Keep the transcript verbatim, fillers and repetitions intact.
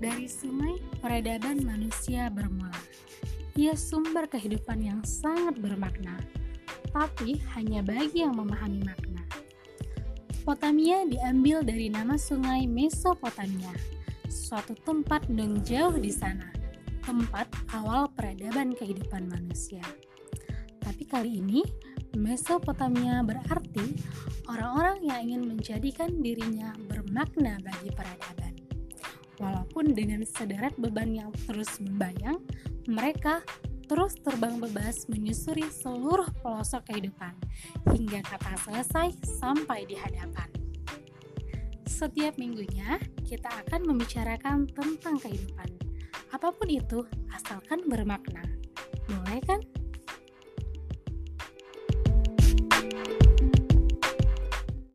Dari sungai, peradaban manusia bermula. Ia sumber kehidupan yang sangat bermakna, tapi hanya bagi yang memahami makna. Potamia diambil dari nama sungai Mesopotamia, suatu tempat yang jauh di sana, tempat awal peradaban kehidupan manusia. Tapi kali ini, Mesopotamia berarti orang-orang yang ingin menjadikan dirinya bermakna bagi peradaban. Walaupun dengan sederet beban yang terus membayang, mereka terus terbang bebas menyusuri seluruh pelosok kehidupan, hingga kata selesai sampai di hadapan. Setiap minggunya, kita akan membicarakan tentang kehidupan. Apapun itu, asalkan bermakna. Boleh kan?